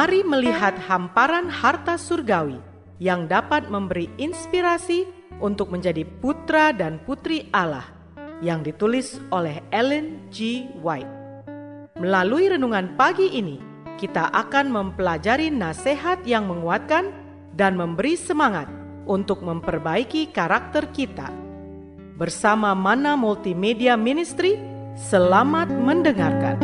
Mari melihat hamparan harta surgawi yang dapat memberi inspirasi untuk menjadi putra dan putri Allah, yang ditulis oleh Ellen G. White. Melalui renungan pagi ini, kita akan mempelajari nasihat yang menguatkan dan memberi semangat untuk memperbaiki karakter kita. Bersama Mana Multimedia Ministry, selamat mendengarkan.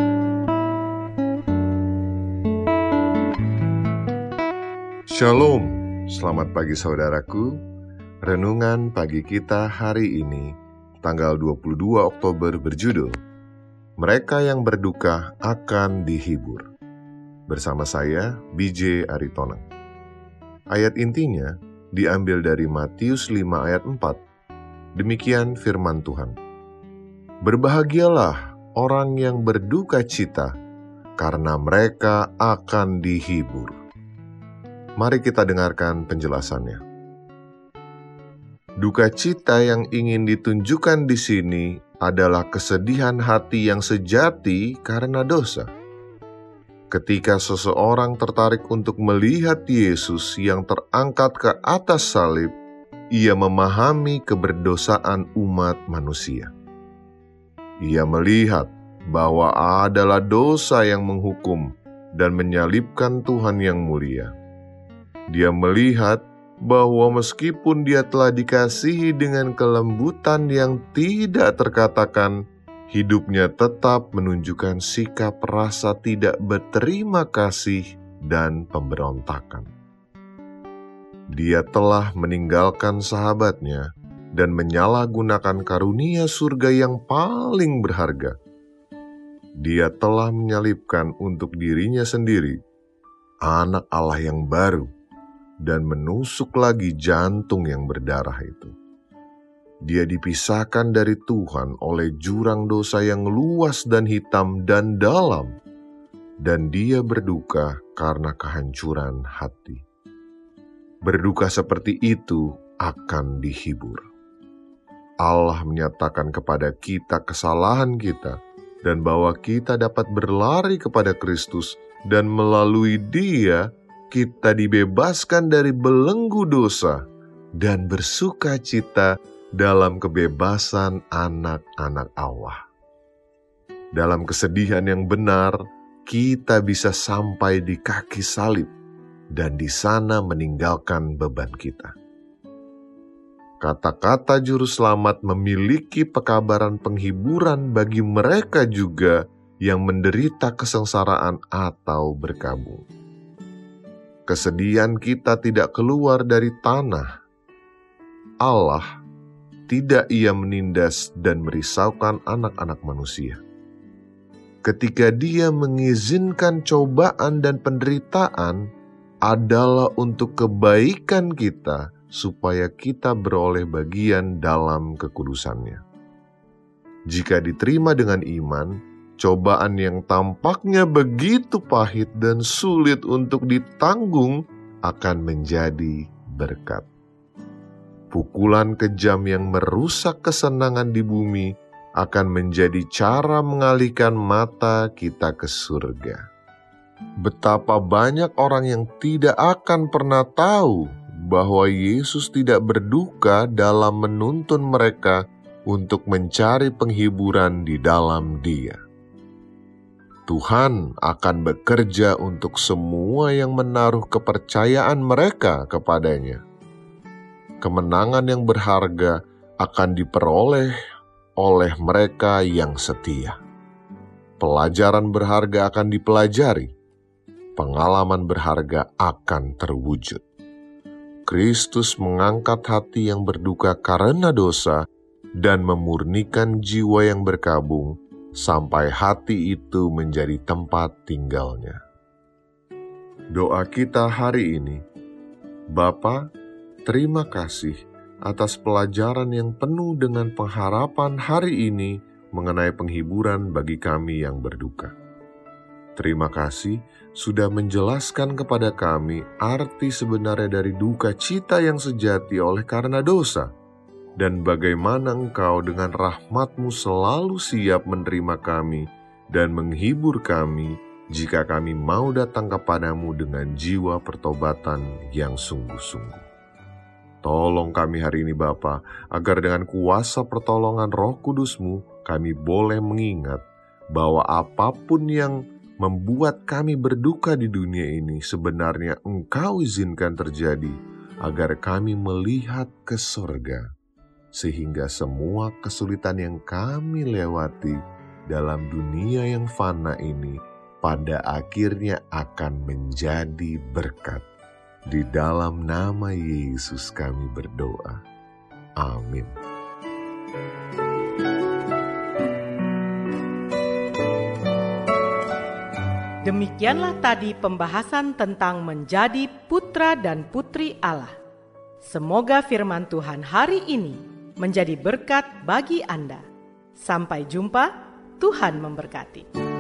Shalom, selamat pagi saudaraku. Renungan pagi kita hari ini, tanggal 22 Oktober berjudul, Mereka yang berduka akan dihibur. Bersama saya, BJ Aritonang. Ayat intinya diambil dari Matius 5 ayat 4. Demikian firman Tuhan. Berbahagialah orang yang berduka cita, karena mereka akan dihibur. Mari kita dengarkan penjelasannya. Duka cita yang ingin ditunjukkan di sini adalah kesedihan hati yang sejati karena dosa. Ketika seseorang tertarik untuk melihat Yesus yang terangkat ke atas salib, ia memahami keberdosaan umat manusia. Ia melihat bahwa adalah dosa yang menghukum dan menyalibkan Tuhan yang mulia. Dia melihat bahwa meskipun dia telah dikasihi dengan kelembutan yang tidak terkatakan, hidupnya tetap menunjukkan sikap rasa tidak berterima kasih dan pemberontakan. Dia telah meninggalkan sahabatnya dan menyalahgunakan karunia surga yang paling berharga. Dia telah menyalibkan untuk dirinya sendiri anak Allah yang baru, dan menusuk lagi jantung yang berdarah itu. Dia dipisahkan dari Tuhan oleh jurang dosa yang luas dan hitam dan dalam, dan dia berduka karena kehancuran hati. Berduka seperti itu akan dihibur. Allah menyatakan kepada kita kesalahan kita, dan bahwa kita dapat berlari kepada Kristus, dan melalui Dia kita dibebaskan dari belenggu dosa dan bersuka cita dalam kebebasan anak-anak Allah. Dalam kesedihan yang benar, kita bisa sampai di kaki salib dan di sana meninggalkan beban kita. Kata-kata juru selamat memiliki pekabaran penghiburan bagi mereka juga yang menderita kesengsaraan atau berkabung. Kesedihan kita tidak keluar dari tanah. Allah tidak ia menindas dan merisaukan anak-anak manusia. Ketika Dia mengizinkan cobaan dan penderitaan adalah untuk kebaikan kita, supaya kita beroleh bagian dalam kekudusannya. Jika diterima dengan iman, cobaan yang tampaknya begitu pahit dan sulit untuk ditanggung akan menjadi berkat. Pukulan kejam yang merusak kesenangan di bumi akan menjadi cara mengalihkan mata kita ke surga. Betapa banyak orang yang tidak akan pernah tahu bahwa Yesus tidak berduka dalam menuntun mereka untuk mencari penghiburan di dalam Dia. Tuhan akan bekerja untuk semua yang menaruh kepercayaan mereka kepadanya. Kemenangan yang berharga akan diperoleh oleh mereka yang setia. Pelajaran berharga akan dipelajari. Pengalaman berharga akan terwujud. Kristus mengangkat hati yang berduka karena dosa dan memurnikan jiwa yang berkabung sampai hati itu menjadi tempat tinggalnya. Doa kita hari ini, Bapa, terima kasih atas pelajaran yang penuh dengan pengharapan hari ini mengenai penghiburan bagi kami yang berduka. Terima kasih sudah menjelaskan kepada kami arti sebenarnya dari duka cita yang sejati oleh karena dosa, dan bagaimana Engkau dengan rahmat-Mu selalu siap menerima kami dan menghibur kami jika kami mau datang kepadamu dengan jiwa pertobatan yang sungguh-sungguh. Tolong kami hari ini Bapa, agar dengan kuasa pertolongan Roh Kudus-Mu, kami boleh mengingat bahwa apapun yang membuat kami berduka di dunia ini sebenarnya Engkau izinkan terjadi agar kami melihat ke surga, sehingga semua kesulitan yang kami lewati dalam dunia yang fana ini pada akhirnya akan menjadi berkat. Di dalam nama Yesus kami berdoa. Amin. Demikianlah tadi pembahasan tentang menjadi putra dan putri Allah. Semoga firman Tuhan hari ini menjadi berkat bagi Anda. Sampai jumpa, Tuhan memberkati.